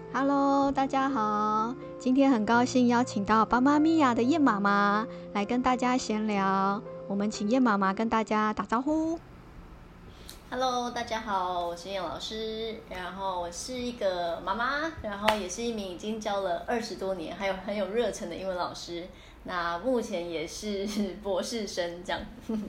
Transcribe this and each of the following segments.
Hello，大家好，今天很高兴邀请到巴妈咪呀的燕妈妈来跟大家闲聊。我们请燕妈妈跟大家打招呼。 Hello，大家好，我是燕老师，然后我是一个妈妈，然后也是一名已经教了20多年，还有很有热忱的英文老师。那目前也是博士生这样。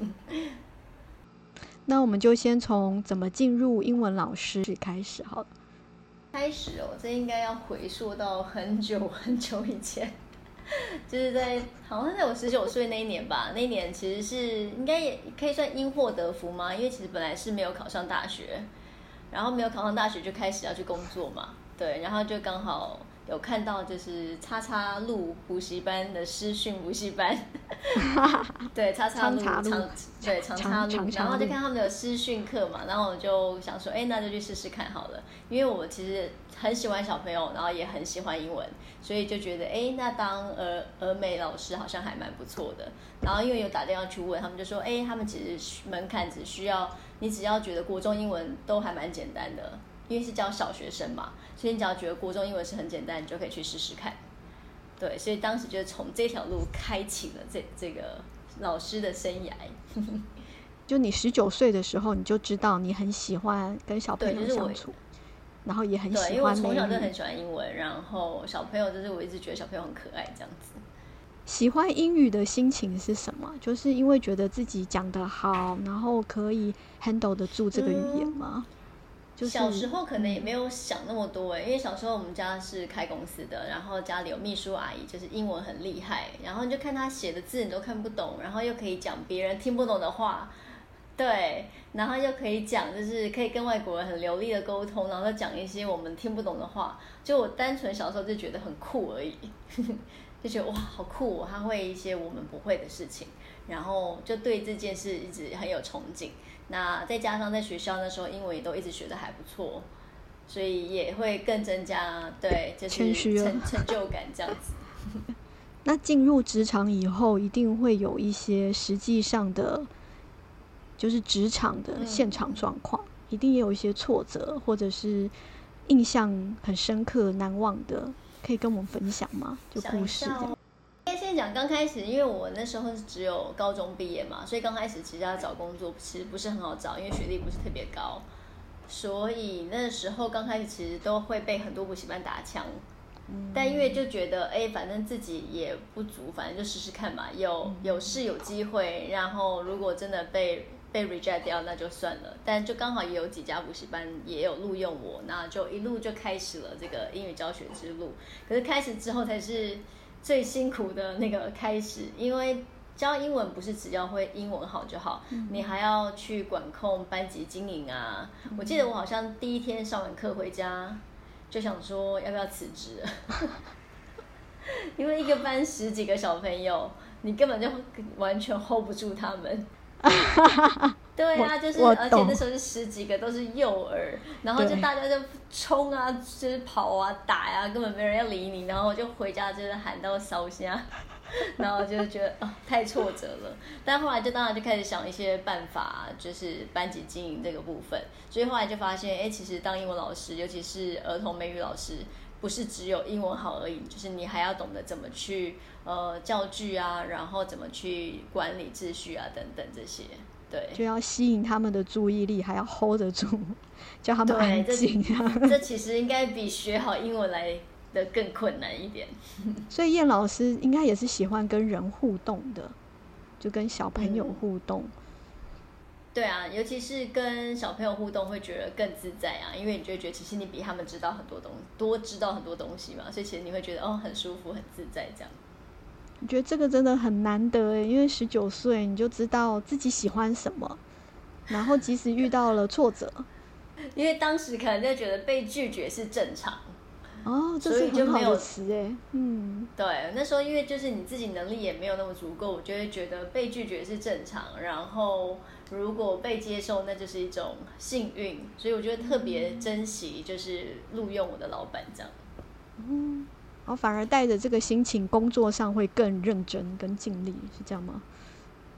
那我们就先从怎么进入英文老师开始好了。 开始哦，这应该要回溯到很久很久以前，就是好像在我19岁那一年吧。那一年其实是应该也可以算因祸得福嘛，因为其实本来是没有考上大学，然后没有考上大学就开始要去工作嘛，对，然后就刚好有看到就是叉叉路补习班的师训补习班，对，叉叉路长叉路，然后就看他们的师训课嘛，然后我就想说，那就去试试看好了，因为我其实很喜欢小朋友，然后也很喜欢英文，所以就觉得，那当儿美老师好像还蛮不错的。然后因为有打电话去问，他们就说，他们其实门槛只需要你只要觉得国中英文都还蛮简单的，因为是教小学生嘛，所以你只要觉得国中英文是很简单，你就可以去试试看。对，所以当时就从这条路开启了这个老师的生涯。 就你19岁的时候，你就知道你很喜欢跟小朋友相处，然后也很喜欢美语。 对，因为我从小就很喜欢英文，然后小朋友就是我一直觉得小朋友很可爱这样子。 喜欢英语的心情是什么？就是因为觉得自己讲得好，然后可以 handle 得住这个语言吗？ 小时候可能也没有想那么多因为小时候我们家是开公司的，然后家里有秘书阿姨，就是英文很厉害，然后你就看她写的字你都看不懂，然后又可以讲别人听不懂的话，对，然后又可以讲就是可以跟外国人很流利的沟通，然后再讲一些我们听不懂的话，就我单纯小时候就觉得很酷而已，就觉得哇好酷他会一些我们不会的事情，然后就对这件事一直很有憧憬。那再加上在学校那时候英文也都一直学得还不错，所以也会更增加对就是成就感这样子。 那进入职场以后，一定会有一些实际上的，就是职场的现场状况，一定也有一些挫折，或者是印象很深刻、难忘的，可以跟我们分享吗？就故事这样。 先讲刚开始，因为我那时候是只有高中毕业嘛，所以刚开始其实要找工作其实不是很好找，因为学历不是特别高，所以那时候刚开始其实都会被很多补习班打枪。但因为就觉得反正自己也不足，反正就试试看嘛，有试有机会，然后如果真的被 reject 掉那就算了，但就刚好也有几家补习班也有录用我，那就一路就开始了这个英语教学之路。可是开始之后才是最辛苦的那个开始，因为教英文不是只要会英文好就好，你还要去管控班级经营啊。我记得我好像第一天上完课回家就想说要不要辞职因为一个班10几个小朋友，你根本就完全 hold 不住他们对啊，就是而且那时候是10几个都是幼儿，然后就大家就冲啊，就是跑啊打啊，根本没人要理你，然后我就回家就是喊到烧香然后就觉得太挫折了，但后来就当然就开始想一些办法，就是班级经营这个部分，所以后来就发现其实当英文老师，尤其是儿童美语老师，不是只有英文好而已，就是你还要懂得怎么去教具啊，然后怎么去管理秩序啊等等这些。对， 就要吸引他们的注意力，还要 hold 得住，叫他们安静这其实应该比学好英文来的更困难一点所以燕老师应该也是喜欢跟人互动的，就跟小朋友互动。 对啊，尤其是跟小朋友互动会觉得更自在啊，因为你就会觉得其实你比他们知道很多东西，多知道很多东西嘛，所以其实你会觉得很舒服很自在这样。 我觉得这个真的很难得因为19岁你就知道自己喜欢什么，然后即使遇到了挫折因为当时可能就觉得被拒绝是正常这是很好的词对，那时候因为就是你自己能力也没有那么足够，我就会觉得被拒绝是正常，然后如果被接受那就是一种幸运，所以我觉得特别珍惜就是录用我的老板这样然后反而带着这个心情工作上会更认真跟尽力，是这样吗？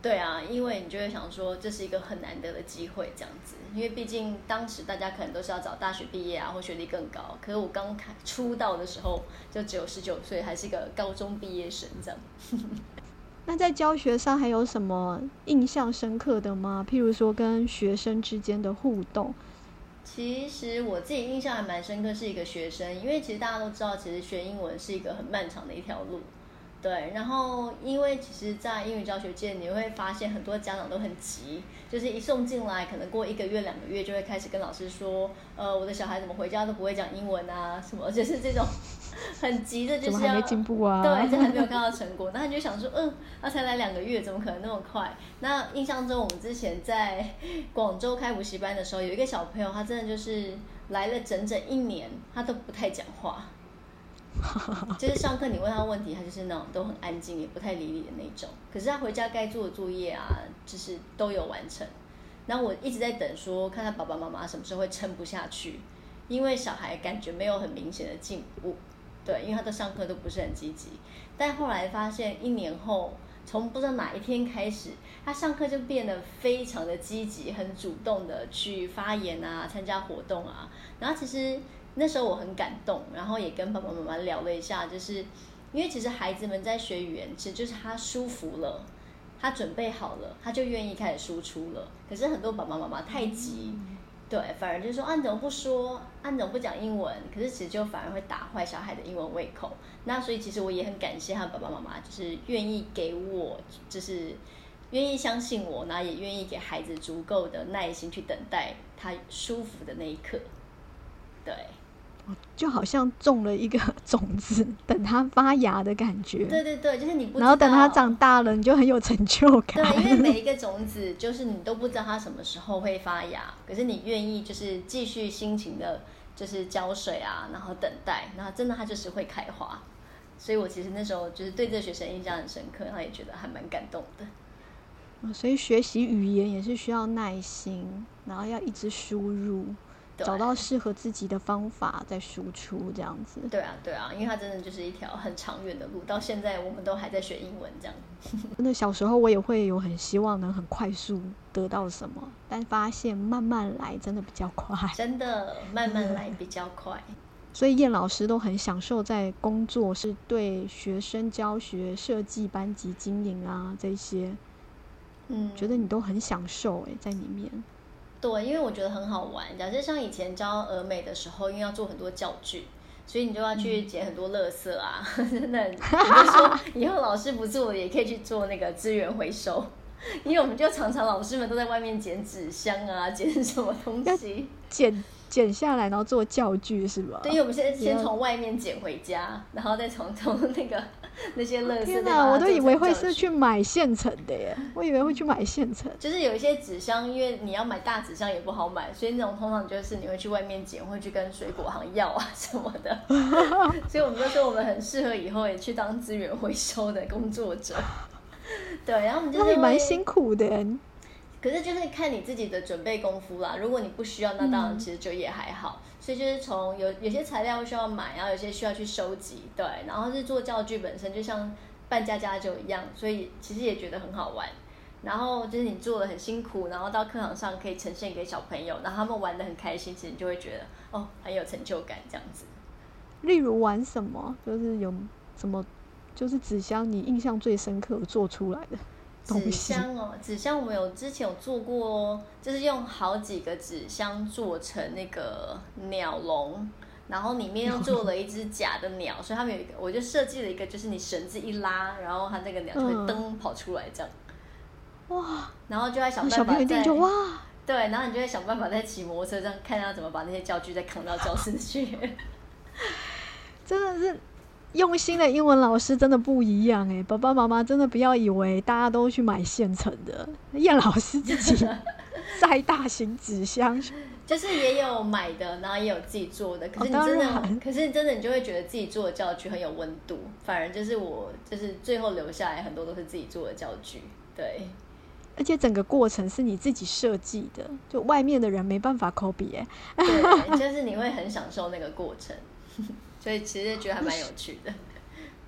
对啊，因为你就会想说这是一个很难得的机会这样子，因为毕竟当时大家可能都是要找大学毕业啊或学历更高，可是我刚出道的时候就只有19岁，还是一个高中毕业生这样。 那在教学上还有什么印象深刻的吗？譬如说跟学生之间的互动。 其实我自己印象还蛮深刻，是一个学生，因为其实大家都知道，其实学英文是一个很漫长的一条路。对，然后因为其实，在英语教学界，你会发现很多家长都很急，就是一送进来，可能过1个月、2个月就会开始跟老师说，我的小孩怎么回家都不会讲英文啊，什么就是这种很急的，就是要怎么还没进步啊？ 对，这还没有看到成果，那你就想说，那才来2个月，怎么可能那么快？那印象中，我们之前在广州开补习班的时候，有一个小朋友，他真的就是来了整整1年，他都不太讲话。就是上课你问他问题，他就是那种都很安静，也不太理你的那种。可是他回家该做的作业啊，就是都有完成。然后我一直在等说，看他爸爸妈妈什么时候会撑不下去，因为小孩感觉没有很明显的进步。对，因为他的上课都不是很积极。但后来发现1年后，从不知道哪一天开始，他上课就变得非常的积极，很主动的去发言啊，参加活动啊。然后其实那时候我很感动，然后也跟爸爸妈妈聊了一下，就是因为其实孩子们在学语言，其实就是他舒服了，他准备好了，他就愿意开始输出了。可是很多爸爸妈妈太急，对，反而就是说，你怎么不说？你怎么不讲英文？可是其实就反而会打坏小孩的英文胃口。那所以其实我也很感谢他爸爸妈妈，就是愿意给我，就是愿意相信我，然后也愿意给孩子足够的耐心去等待他舒服的那一刻。对。 就好像种了一个种子，等它发芽的感觉。 对对对，就是你不知道， 然后等它长大了，你就很有成就感。 对，因为每一个种子，就是你都不知道它什么时候会发芽，可是你愿意就是继续辛勤的，就是浇水啊，然后等待，然后真的它就是会开花。所以我其实那时候就是对这个学生印象很深刻，然后也觉得还蛮感动的。 所以学习语言也是需要耐心，然后要一直输入。找到适合自己的方法再输出，这样子。 对啊，对啊，因为它真的就是一条很长远的路，到现在我们都还在学英文这样。 真的，小时候我也会有很希望能很快速得到什么，但发现慢慢来真的比较快。 真的，慢慢来比较快。 所以燕老师都很享受在工作，是对学生教学、设计班级经营啊这些，觉得你都很享受在里面。 对，因为我觉得很好玩。假设像以前教俄美的时候，因为要做很多教具，所以你就要去捡很多垃圾啊，真的。你就说以后老师不做，也可以去做那个资源回收，因为我们就常常老师们都在外面捡纸箱啊，捡什么东西， 剪下来，然后做教具是吧？ 对，因为我们先从外面捡回家，然后再从那个那些垃圾。 天哪，我都以为会是去买现成的耶，我以为会去买现成。 就是有一些纸箱，因为你要买大纸箱也不好买，所以那种通常就是你会去外面捡，会去跟水果行要啊什么的。所以我们就说我们很适合以后也去当资源回收的工作者。对，然后我们就是那也蛮辛苦的。 可是就是看你自己的准备功夫啦，如果你不需要，那当然其实就也还好。所以就是从有些材料需要买，然后有些需要去收集，对，然后是做教具本身就像办家家酒一样，所以其实也觉得很好玩。然后就是你做的很辛苦，然后到课堂上可以呈现给小朋友，然后他们玩得很开心，其实你就会觉得很有成就感这样子。 例如玩什么，就是有什么就是纸箱你印象最深刻做出来的纸箱纸箱我们之前有做过，就是用好几个纸箱做成那个鸟笼，然后里面又做了一只假的鸟，所以他们有一个，我就设计了一个，就是你绳子一拉，然后它那个鸟就会噔跑出来这样。 哇！ 然后就在想办法小朋友一定就哇。 对，然后你就会想办法在骑摩托车上看他怎么把那些教具再扛到教室去。 真的是。用心的英文老师真的不一样爸爸妈妈真的不要以为大家都去买现成的，燕老师自己在大型纸箱， 就是也有买的，然后也有自己做的。可是你真的，你就会觉得自己做的教具很有温度，反而就是我就是最后留下来很多都是自己做的教具，对。 而且整个过程是你自己设计的，就外面的人没办法 copy 对，就是你会很享受那个过程。所以其实觉得还蛮有趣的。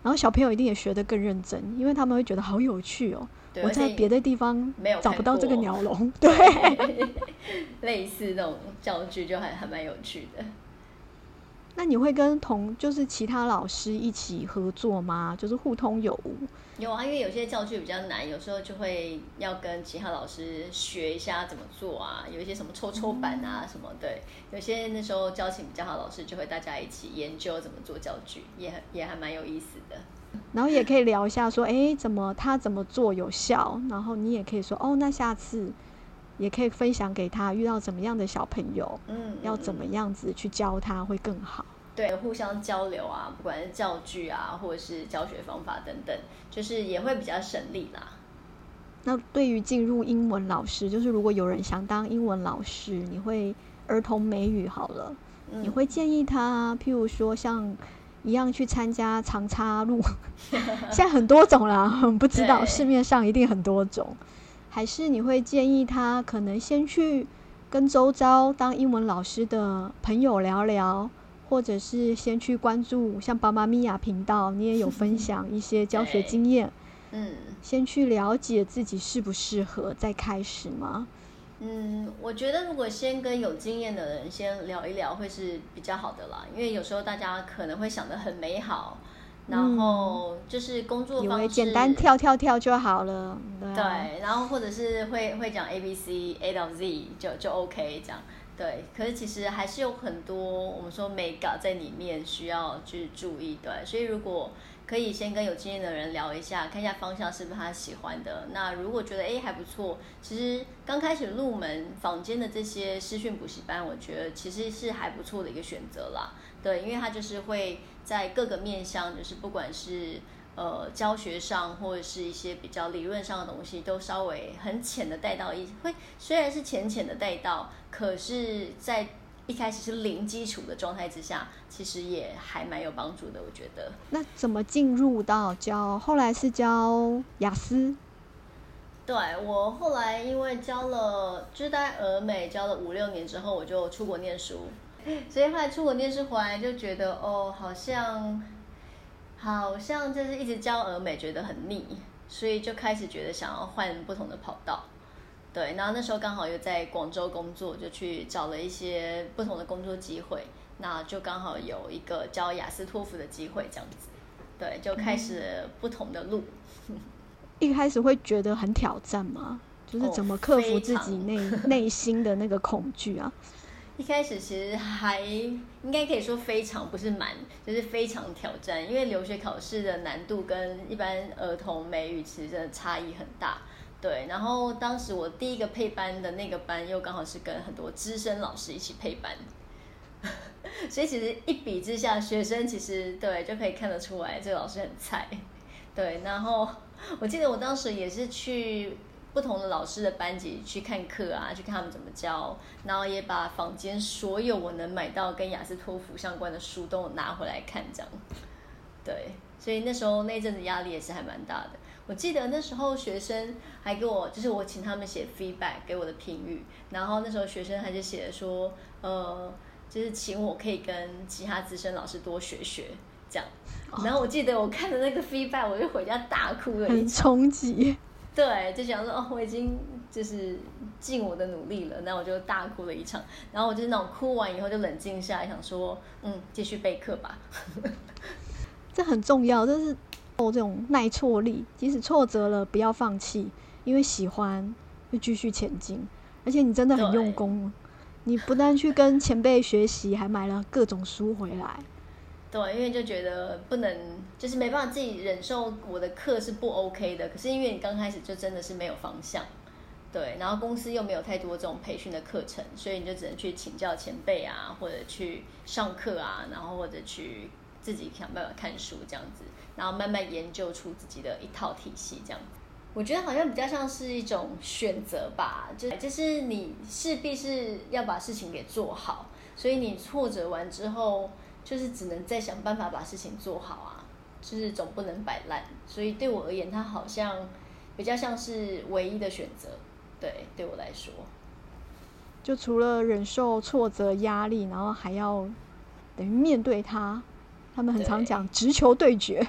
然后小朋友一定也学得更认真，因为他们会觉得好有趣哦。我在别的地方找不到这个鸟笼，对， 类似那种教具就还蛮有趣的。 那你会跟就是其他老师一起合作吗？就是互通有无？ 有啊，因为有些教具比较难，有时候就会要跟其他老师学一下怎么做啊，有一些什么抽板啊什么的。有些那时候交情比较好的老师，就会大家一起研究怎么做教具，也还蛮有意思的。 然后也可以聊一下说，他怎么做有效，然后你也可以说，那下次也可以分享给他遇到怎么样的小朋友，要怎么样子去教他会更好。 对，互相交流啊，不管是教具啊，或者是教学方法等等，就是也会比较省力啦。 那对于进入英文老师，就是如果有人想当英文老师，你会儿童美语好了，你会建议他，譬如说像一样去参加长插入，现在很多种啦，不知道市面上一定很多种，还是你会建议他可能先去跟周遭当英文老师的朋友聊聊，或者是先去关注像爸妈咪呀频道，你也有分享一些教学经验，先去了解自己适不适合再开始吗？ 我觉得如果先跟有经验的人先聊一聊会是比较好的啦，因为有时候大家可能会想得很美好，然后就是工作方式以为简单跳就好了， 对，然后或者是会讲 ABC A 到 Z 就 OK 这样。对，可是其实还是有很多我们说美感在里面需要去注意，对，所以如果可以先跟有经验的人聊一下，看一下方向是不是他喜欢的。那如果觉得还不错，其实刚开始入门坊间的这些视讯补习班，我觉得其实是还不错的一个选择啦。对，因为它就是会在各个面向，就是不管是教学上或者是一些比较理论上的东西，都稍微很浅的带到虽然是浅浅的带到，可是在一开始是零基础的状态之下，其实也还蛮有帮助的，我觉得。 那怎么进入到后来是教雅思？ 对，我后来因为教了，就是大概俄美教了5-6年之后，我就出国念书，所以后来出国念书回来就觉得好像就是一直教俄美觉得很腻，所以就开始觉得想要换不同的跑道。对，然后那时候刚好又在广州工作，就去找了一些不同的工作机会，那就刚好有一个教雅思托福的机会，这样子，对，就开始了不同的路。 一开始会觉得很挑战吗？就是怎么克服自己内心的那个恐惧啊？ 一开始其实还应该可以说非常，不是蛮，就是非常挑战，因为留学考试的难度跟一般儿童美语其实真的差异很大。对，然后当时我第一个配班的那个班又刚好是跟很多资深老师一起配班，所以其实一比之下，学生其实对就可以看得出来这个老师很菜。对，然后我记得我当时也是去不同的老师的班级去看课啊，去看他们怎么教，然后也把坊间所有我能买到跟雅思托福相关的书都拿回来看，这样。对，所以那时候那阵子压力也是还蛮大的。我记得那时候学生还给我，就是我请他们写 feedback 给我的评语，然后那时候学生还就写说，就是请我可以跟其他资深老师多学学这样。然后我记得我看的那个 feedback， 我就回家大哭了一场， 很冲击。 对，就想说我已经就是尽我的努力了，那我就大哭了一场。然后我就是那种哭完以后就冷静下来，想说，继续备课吧。 这很重要，这是这种耐挫力，即使挫折了不要放弃，因为喜欢就继续前进。而且你真的很用功，你不但去跟前辈学习，还买了各种书回来。 对，因为就觉得不能，就是没办法自己忍受我的课是不 OK 的。可是因为你刚开始就真的是没有方向，对，然后公司又没有太多这种培训的课程，所以你就只能去请教前辈啊，或者去上课啊，然后或者去自己想办法看书这样子，然后慢慢研究出自己的一套体系这样子。我觉得好像比较像是一种选择吧，就是你势必是要把事情给做好，所以你挫折完之后，就是只能再想办法把事情做好啊，就是总不能摆烂。所以对我而言，它好像比较像是唯一的选择。对我来说， 就除了忍受挫折压力，然后还要等于面对它， 他们很常讲直球对决，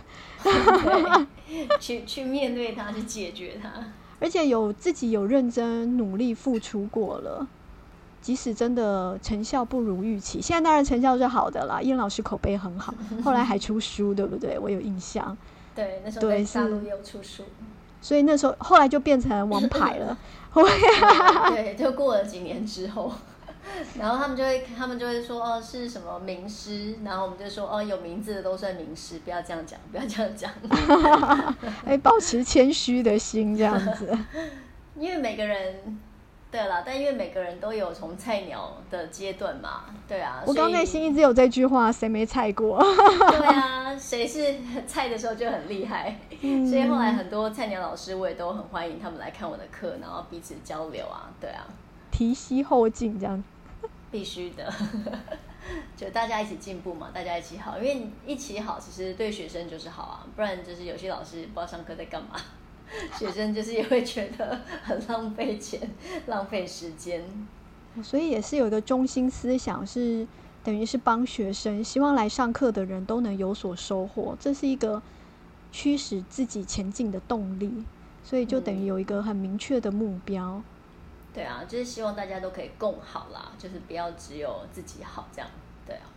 对，去面对它，去解决它， 而且自己有认真努力付出过了，即使真的成效不如预期，现在当然成效是好的啦，燕老师口碑很好，后来还出书，对不对？我有印象。 对，那时候在大陆也有出书， 所以那时候后来就变成王牌了。 对，就过了几年之后，然后他们就会说哦是什么名师，然后我们就说哦有名字的都算名师，不要这样讲，不要这样讲。 保持谦虚的心这样子。 因为每个人。对啦，但因为每个人都有从菜鸟的阶段嘛，对啊。 我刚内心一直有这句话，谁没菜过？ 对啊，谁是菜的时候就很厉害，所以后来很多菜鸟老师我也都很欢迎他们来看我的课，然后彼此交流啊，对啊。 提携后进这样。 必须的，就大家一起进步嘛，大家一起好，因为你一起好，其实对学生就是好啊，不然就是有些老师不知道上课在干嘛。学生就是也会觉得很浪费钱、浪费时间， 所以也是有一个中心思想，是等于是帮学生，希望来上课的人都能有所收获，这是一个驱使自己前进的动力，所以就等于有一个很明确的目标。 对啊，就是希望大家都可以共好啦，就是不要只有自己好这样，对啊。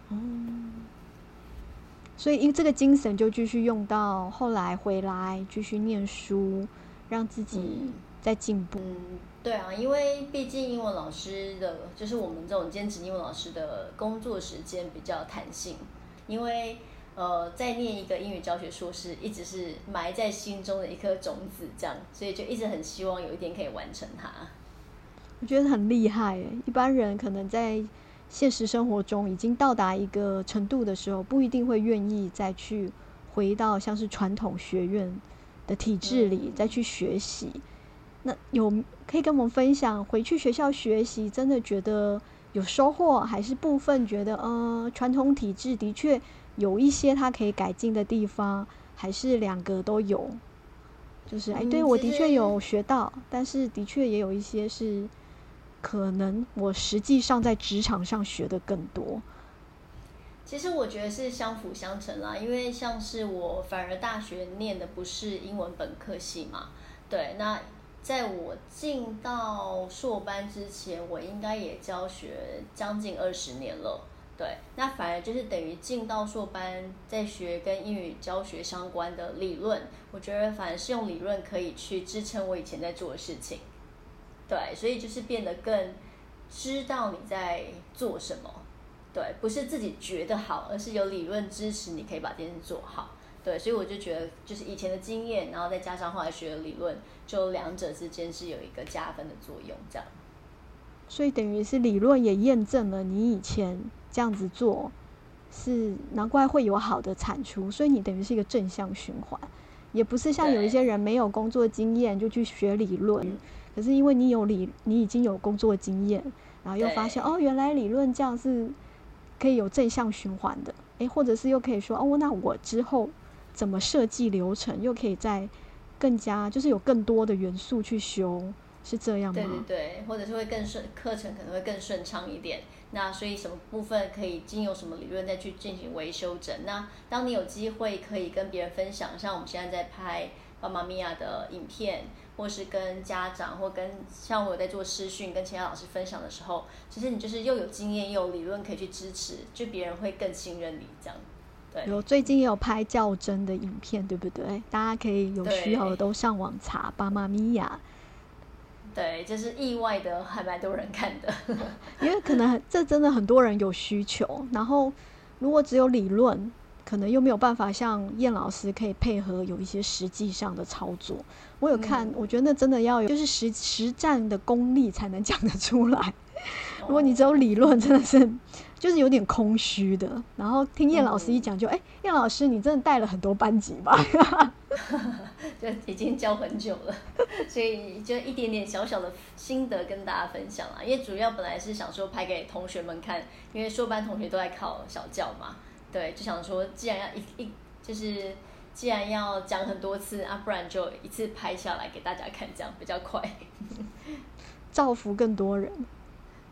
所以因为这个精神就继续用到后来回来继续念书，让自己在进步。 对啊，因为毕竟英文老师的，就是我们这种兼职英文老师的工作时间比较弹性，因为在念一个英语教学硕士，一直是埋在心中的一颗种子，这样，所以就一直很希望有一天可以完成它。 我觉得很厉害耶，一般人可能在现实生活中已经到达一个程度的时候，不一定会愿意再去回到像是传统学院的体制里再去学习。那可以跟我们分享，回去学校学习真的觉得有收获，还是部分觉得传统体制的确有一些它可以改进的地方，还是两个都有？就是对，我的确有学到，但是的确也有一些是可能我实际上在职场上学的更多。 其实我觉得是相辅相成啦，因为像是我反而大学念的不是英文本科系嘛，对，那在我进到硕班之前，我应该也教学将近20年了，对，那反而就是等于进到硕班在学跟英语教学相关的理论，我觉得反而是用理论可以去支撑我以前在做的事情。对，所以就是变得更知道你在做什么，对，不是自己觉得好，而是有理论支持你可以把这件事做好。对，所以我就觉得就是以前的经验，然后再加上后来学的理论，就两者之间是有一个加分的作用，这样。 所以等于是理论也验证了你以前这样子做是难怪会有好的产出，所以你等于是一个正向循环，也不是像有一些人没有工作经验就去学理论。可是因为你已经有工作经验，然后又发现原来理论这样是可以有正向循环的，或者是又可以说那我之后怎么设计流程，又可以再更加就是有更多的元素去修，是这样吗？ 对对对，或者是会更课程可能会更顺畅一点。那所以什么部分可以经由什么理论再去进行微修整？那当你有机会可以跟别人分享，像我们现在在拍妈妈咪呀的影片，或是跟家长或像我有在做视讯跟其他老师分享的时候，其实你就是又有经验又有理论可以去支持，就别人会更信任你这样。对， 最近也有拍较真的影片，对不对？大家可以有需要的都上网查妈妈咪呀。 对，就是意外的还蛮多人看的。 因为可能这真的很多人有需求，然后如果只有理论，可能又没有办法像燕老师可以配合有一些实际上的操作。我有看，我觉得那真的要有就是实战的功力才能讲得出来。如果你只有理论，真的是就是有点空虚的。然后听燕老师一讲就，燕老师你真的带了很多班级吧？ 就已经教很久了，所以就一点点小小的心得跟大家分享啦。因为主要本来是想说拍给同学们看，因为硕班同学都在考小教嘛，对，就想说既然要就是既然要讲很多次啊，不然就一次拍下来给大家看，这样比较快。 造福更多人。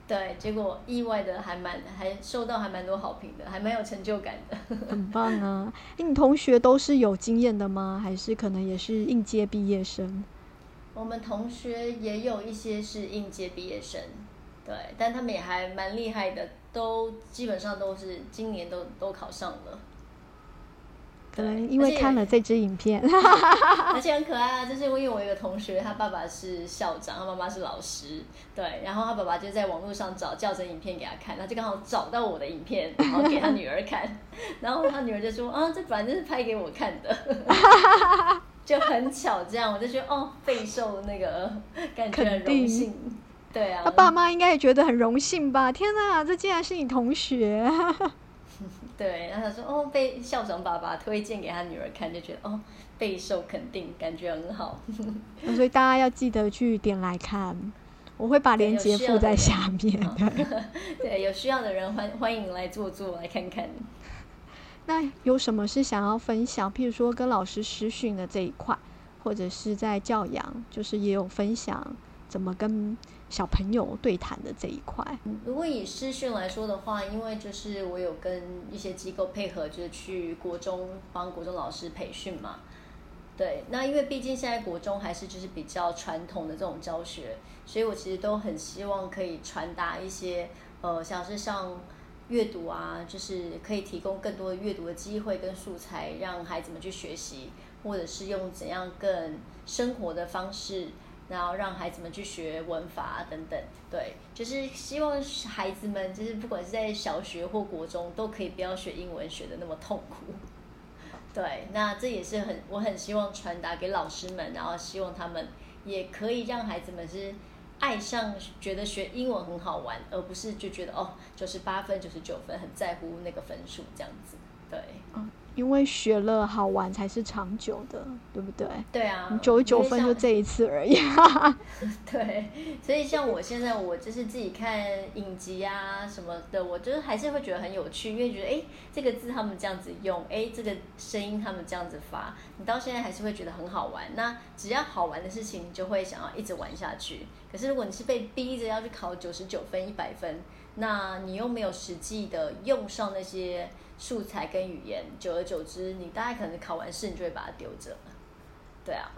对，结果意外的还受到还蛮多好评的，还蛮有成就感的。 很棒啊！你同学都是有经验的吗？还是可能也是应届毕业生？ 我们同学也有一些是应届毕业生，对，但他们也还蛮厉害的，都基本上都是今年都考上了。 可能因为看了这支影片， 而且很可爱啊！就是因为我有一个同学，他爸爸是校长，他妈妈是老师，对，然后他爸爸就在网络上找教程影片给他看，他就刚好找到我的影片，然后给他女儿看，然后他女儿就说啊，这本来就是拍给我看的，就很巧这样，我就觉得哦，备受那个感觉很荣幸，对啊， 他爸妈应该也觉得很荣幸吧？天哪，这竟然是你同学！ 对，然后他说哦，被校长爸爸推荐给他女儿看，就觉得哦，备受肯定，感觉很好。 所以大家要记得去点来看，我会把链接附在下面。 对，有需要的人欢迎来来看看。 那有什么是想要分享？譬如说跟老师师训的这一块，或者是在教养，就是也有分享怎么跟小朋友对谈的这一块。 如果以师训来说的话，因为就是我有跟一些机构配合，就是去国中帮国中老师培训嘛。对，那因为毕竟现在国中还是就是比较传统的这种教学，所以我其实都很希望可以传达一些像是像阅读啊，就是可以提供更多的阅读的机会跟素材，让孩子们去学习，或者是用怎样更生活的方式。然后让孩子们去学文法等等，对，就是希望孩子们就是不管是在小学或国中，都可以不要学英文学的那么痛苦。对，那这也是我很希望传达给老师们，然后希望他们也可以让孩子们是爱上，觉得学英文很好玩，而不是就觉得哦98分99分很在乎那个分数这样子，对。 因为学了好玩才是长久的，对不对？ 对啊 ，99分就这一次而已。 对，所以像我现在，我就是自己看影集啊什么的，我就是还是会觉得很有趣，因为觉得这个字他们这样子用，这个声音他们这样子发，你到现在还是会觉得很好玩。那只要好玩的事情，你就会想要一直玩下去。可是如果你是被逼着要去考99分、100分，那你又没有实际的用上那些素材跟语言，久而久之，你大概可能考完试，你就会把它丢着。对啊，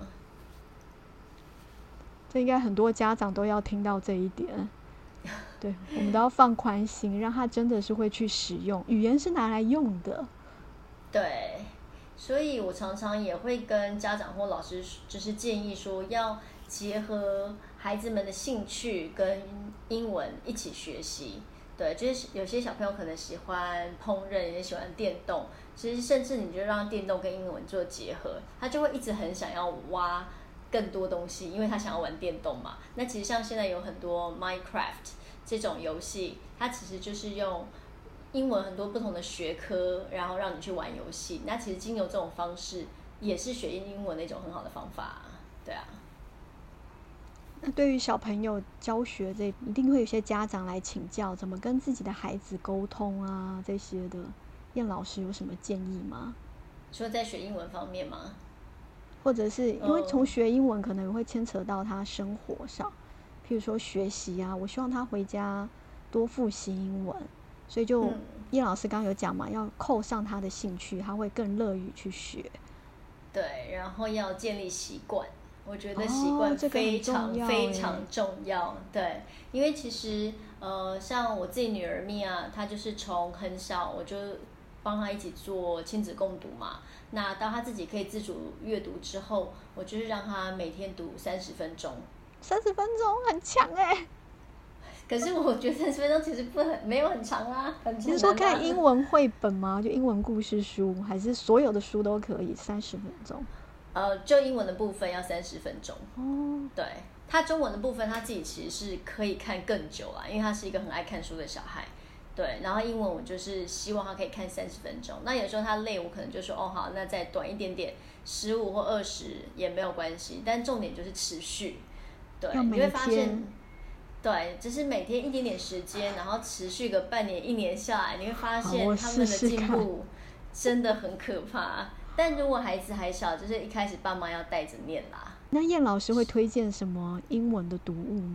这应该很多家长都要听到这一点。对，我们都要放宽心，让他真的是会去使用，语言是拿来用的。 对，所以我常常也会跟家长或老师就是建议说，要结合孩子们的兴趣跟英文一起学习。对，就是有些小朋友可能喜欢烹饪，也喜欢电动，其实甚至你就让电动跟英文做结合，他就会一直很想要挖更多东西，因为他想要玩电动嘛。那其实像现在有很多 Minecraft 这种游戏，它其实就是用英文很多不同的学科，然后让你去玩游戏。那其实经由这种方式，也是学英文的一种很好的方法。对啊。 那对于小朋友教学这一定会有些家长来请教怎么跟自己的孩子沟通啊这些的，燕老师有什么建议吗？ 说在学英文方面吗？ 或者是因为从学英文可能会牵扯到他生活上，譬如说学习啊，我希望他回家多复习英文，所以就燕老师刚刚有讲嘛，要扣上他的兴趣，他会更乐于去学。 对，然后要建立习惯。我觉得习惯非常非常重要，对，因为其实像我自己女儿咪啊，她就是从很小我就帮她一起做亲子共读嘛。那当她自己可以自主阅读之后，我就是让她每天读30分钟。 30分钟很强可是我觉得30分钟其实没有很长啊，很长。 你是说看英文绘本吗？就英文故事书，还是所有的书都可以30分钟？ 就英文的部分要30分钟。对，他中文的部分他自己其实是可以看更久啦，因为他是一个很爱看书的小孩。对，然后英文我就是希望他可以看30分钟。那有时候他累，我可能就说好，那再短一点点，15或20也没有关系。但重点就是持续。对，你会发现，对，就是每天一点点时间，然后持续个半年、1年下来，你会发现他们的进步真的很可怕。但如果孩子还小，就是一开始爸妈要带着念啦。 那燕老师会推荐什么英文的读物吗？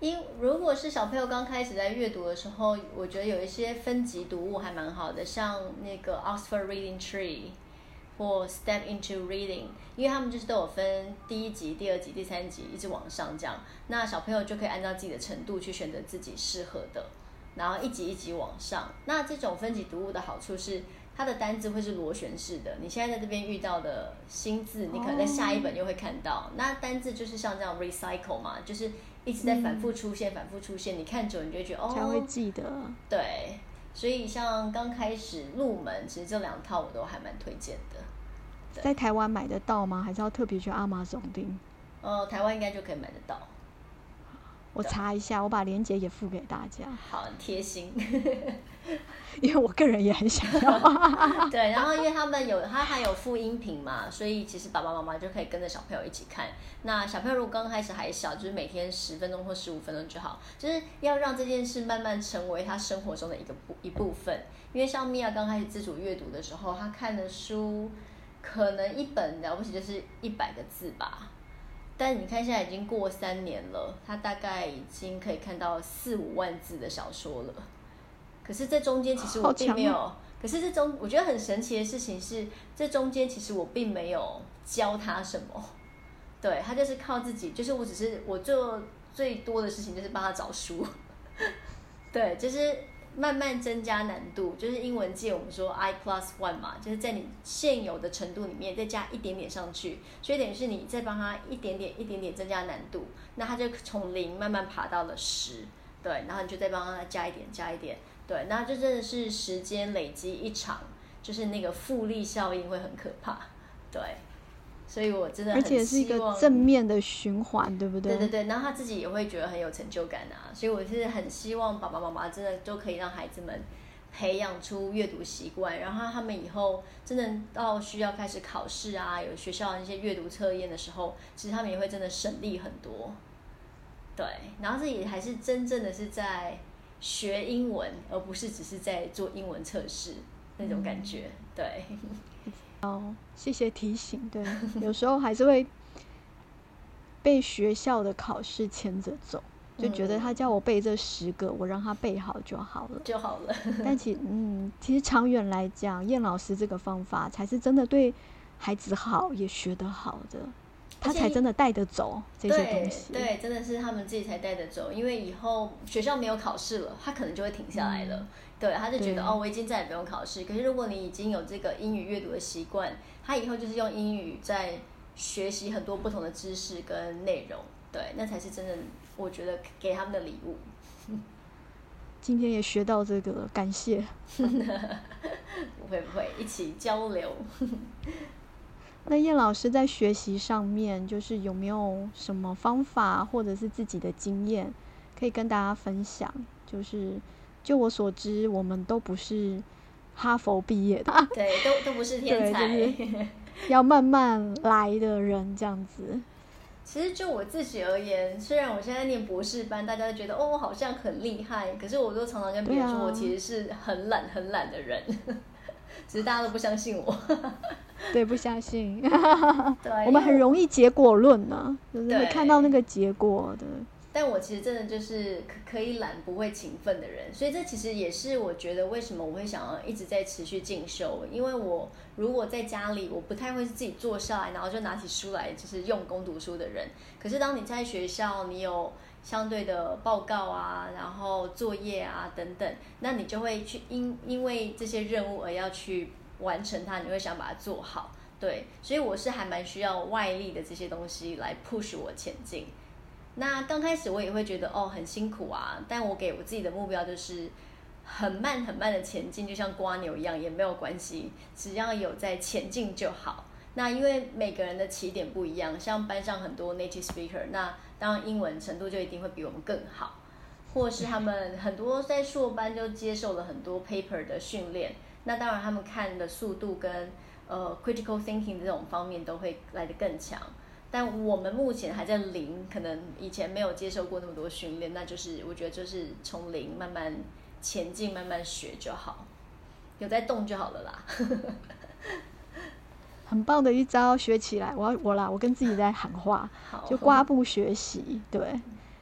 如果是小朋友刚开始在阅读的时候，我觉得有一些分级读物还蛮好的，像那个 Oxford Reading Tree 或 Step into Reading， 因为他们就是都有分第1级、第2级、第3级一直往上这样，那小朋友就可以按照自己的程度去选择自己适合的，然后一级一级往上。那这种分级读物的好处是它的单字会是螺旋式的，你现在在这边遇到的新字，你可能在下一本又会看到。那单字就是像这样 recycle 嘛，就是一直在反复出现，反复出现，你看久你就会觉得才会记得。 对，所以像刚开始入门，其实这2套我都还蛮推荐的。 在台湾买得到吗？还是要特别去Amazon订？ 台湾应该就可以买得到。 我查一下，我把链接也附给大家。 好，很贴心。 因为我个人也很想要。 对，然后因为他还有附音频嘛，所以其实爸爸妈妈就可以跟着小朋友一起看。那小朋友如果刚开始还小，就是每天10分钟或15分钟就好，就是要让这件事慢慢成为他生活中的一部分。因为像米娅刚开始自主阅读的时候，他看的书可能一本了不起就是100个字吧。但你看现在已经过3年了，他大概已经可以看到4、5万字的小说了。可是这中间其实我并没有，可是我觉得很神奇的事情是，这中间其实我并没有教他什么，对，他就是靠自己，就是我做最多的事情就是帮他找书，对，就是慢慢增加难度，就是英文界我们说 I+1 嘛，就是在你现有的程度里面再加一点点上去，所以等于是你再帮他一点点增加难度，那他就从0慢慢爬到了10，对，然后你就再帮他加一点，对，那就真的是时间累积一场，就是那个复利效应会很可怕，对，所以我真的很希望， 而且是一个正面的循环，对不对？ 对，然后他自己也会觉得很有成就感啊，所以我是很希望爸爸妈妈真的都可以让孩子们培养出阅读习惯，然后他们以后真的到需要开始考试啊，有学校的那些阅读测验的时候，其实他们也会真的省力很多，对，然后这也还是真正的是在学英文，而不是只是在做英文测试那种感觉，对。 谢谢提醒。对，有时候还是会被学校的考试牵着走，就觉得他叫我背这10个，我让他背好就好了。但其实长远来讲，燕老师这个方法才是真的对孩子好，也学得好的。他才真的带得走这些东西。 对，真的是他们自己才带得走，因为以后学校没有考试了，他可能就会停下来了。对，他就觉得我已经再也不用考试。可是如果你已经有这个英语阅读的习惯，他以后就是用英语在学习很多不同的知识跟内容。对，那才是真的，我觉得给他们的礼物。 今天也学到这个，感谢。 不会，一起交流。 那燕老师在学习上面，就是有没有什么方法或者是自己的经验可以跟大家分享？就是就我所知，我们都不是哈佛毕业的， 对，都不是天才， 就是要慢慢来的人这样子。 其实就我自己而言，虽然我现在念博士班，大家都觉得我好像很厉害，可是我都常常跟别人说，我其实是很懒的人，只是大家都不相信我。 对，不相信。我们很容易结果论呢，就是会看到那个结果的。 但我其实真的就是可以懒不会勤奋的人，所以这其实也是我觉得为什么我会想要一直在持续进修，因为我如果在家里，我不太会是自己坐下来，然后就拿起书来就是用功读书的人。可是当你在学校，你有相对的报告啊，然后作业啊等等，那你就会去因为这些任务而要去完成它，你会想把它做好。对，所以我是还蛮需要外力的这些东西来 push 我前进。那刚开始我也会觉得很辛苦啊，但我给我自己的目标就是很慢的前进，就像蝸牛一样也没有关系，只要有在前进就好。那因为每个人的起点不一样，像班上很多 native speaker， 那当然英文程度就一定会比我们更好，或是他们很多在硕班就接受了很多 paper 的训练，那当然他们看的速度跟critical thinking 这种方面都会来得更强。但我们目前还在0，可能以前没有接受过那么多训练，那就是我觉得就是从0慢慢前进，慢慢学就好，有在动就好了啦。 很棒的一招，学起来。我跟自己在喊话，就刮步学习。对，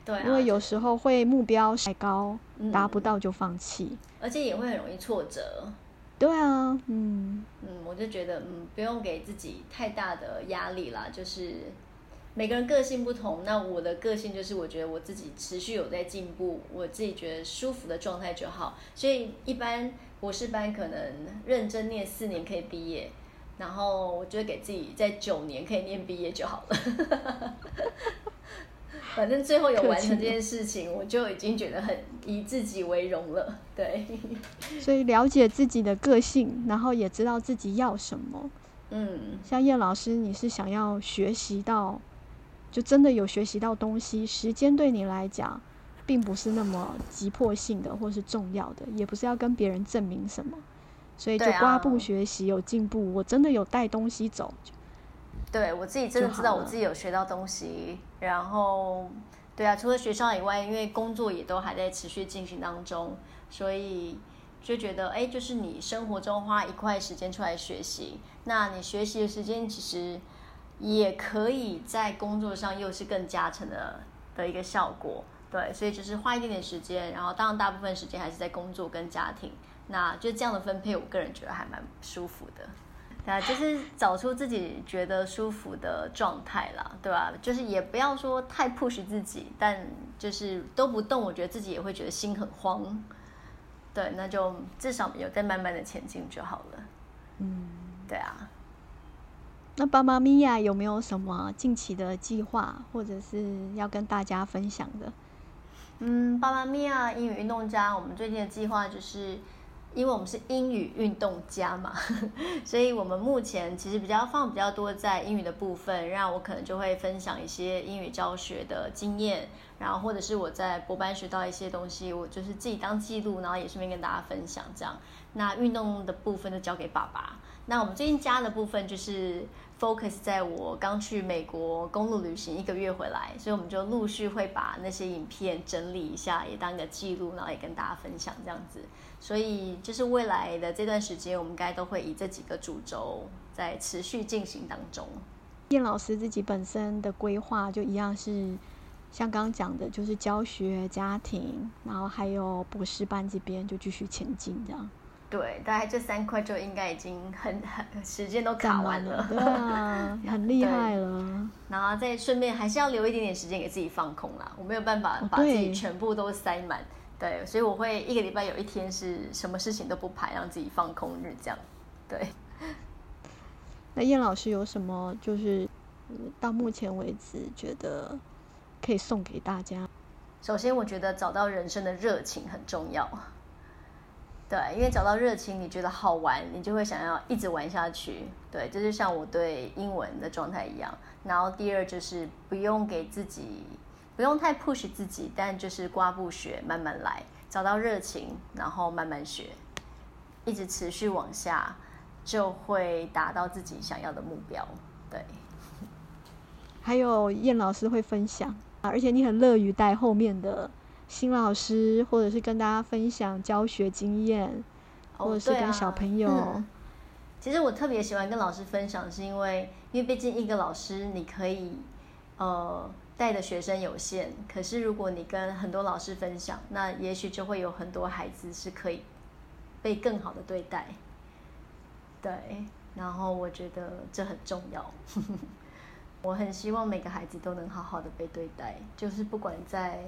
对啊， 因为有时候会目标太高，达不到就放弃， 而且也会很容易挫折。 对啊， 我就觉得不用给自己太大的压力啦，就是每个人个性不同，那我的个性就是我觉得我自己持续有在进步，我自己觉得舒服的状态就好，所以一般博士班可能认真念4年可以毕业，然后我就会给自己在9年可以念毕业就好了。反正最后有完成这件事情，我就已经觉得很以自己为荣了。对， 所以了解自己的个性，然后也知道自己要什么。像燕老师，你是想要学习到，就真的有学习到东西，时间对你来讲并不是那么急迫性的或是重要的，也不是要跟别人证明什么，所以就刮步学习，有进步，我真的有带东西走。 对，我自己真的知道我自己有学到东西，然后对啊，除了学校以外，因为工作也都还在持续进行当中，所以就觉得就是你生活中花一块时间出来学习，那你学习的时间其实也可以在工作上又是更加成的一个效果。对，所以就是花一点点时间，然后当然大部分时间还是在工作跟家庭，那就这样的分配，我个人觉得还蛮舒服的。对啊，就是找出自己觉得舒服的状态啦，对吧？就是也不要说太 push 自己，但就是都不动，我觉得自己也会觉得心很慌。对，那就至少有在慢慢的前进就好了。对啊。 那爸妈咪呀有没有什么近期的计划，或者是要跟大家分享的？ 爸妈咪呀英语运动家，我们最近的计划就是。因为我们是英语运动家嘛，所以我们目前其实放比较多在英语的部分，让我可能就会分享一些英语教学的经验，然后或者是我在博班学到一些东西，我就是自己当记录，然后也顺便跟大家分享这样。那运动的部分就交给爸爸。那我们最近家的部分就是 focus 在我刚去美国公路旅行1个月回来，所以我们就陆续会把那些影片整理一下，也当个记录，然后也跟大家分享这样子。所以就是未来的这段时间，我们应该都会以这几个主轴在持续进行当中。 燕老师自己本身的规划就一样是像刚刚讲的，就是教学、家庭，然后还有博士班这边就继续前进这样。 对，大概这3块就应该已经很时间都卡完了， 对啊，很厉害了。 然后再顺便还是要留一点点时间给自己放空啦，我没有办法把自己全部都塞满。对，所以我会1个礼拜有1天是什么事情都不排，让自己放空日这样。对。 那燕老师有什么就是到目前为止觉得可以送给大家？ 首先，我觉得找到人生的热情很重要。对，因为找到热情，你觉得好玩，你就会想要一直玩下去。对，这就像我对英文的状态一样。然后第二就是不用太 push 自己，但就是刮步学，慢慢来，找到热情，然后慢慢学，一直持续往下，就会达到自己想要的目标。对。 还有燕老师会分享，而且你很乐于带后面的新老师，或者是跟大家分享教学经验，或者是跟小朋友。 其实我特别喜欢跟老师分享，是因为毕竟一个老师你可以带的学生有限，可是如果你跟很多老师分享，那也许就会有很多孩子是可以被更好的对待。对，然后我觉得这很重要。我很希望每个孩子都能好好的被对待，就是不管在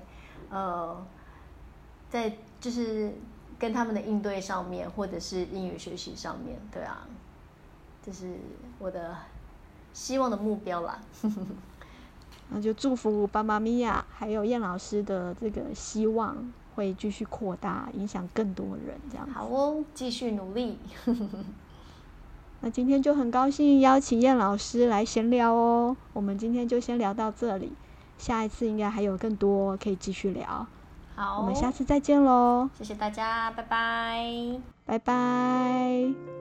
就是跟他们的应对上面，或者是英语学习上面，对啊，这是我的希望的目标啦。 那就祝福爸爸咪呀还有燕老师的这个希望会继续扩大，影响更多人这样。 好哦，继续努力。 那今天就很高兴邀请燕老师来闲聊哦，我们今天就先聊到这里，下一次应该还有更多可以继续聊。 好， 我们下次再见咯。 谢谢大家，拜拜。 拜拜。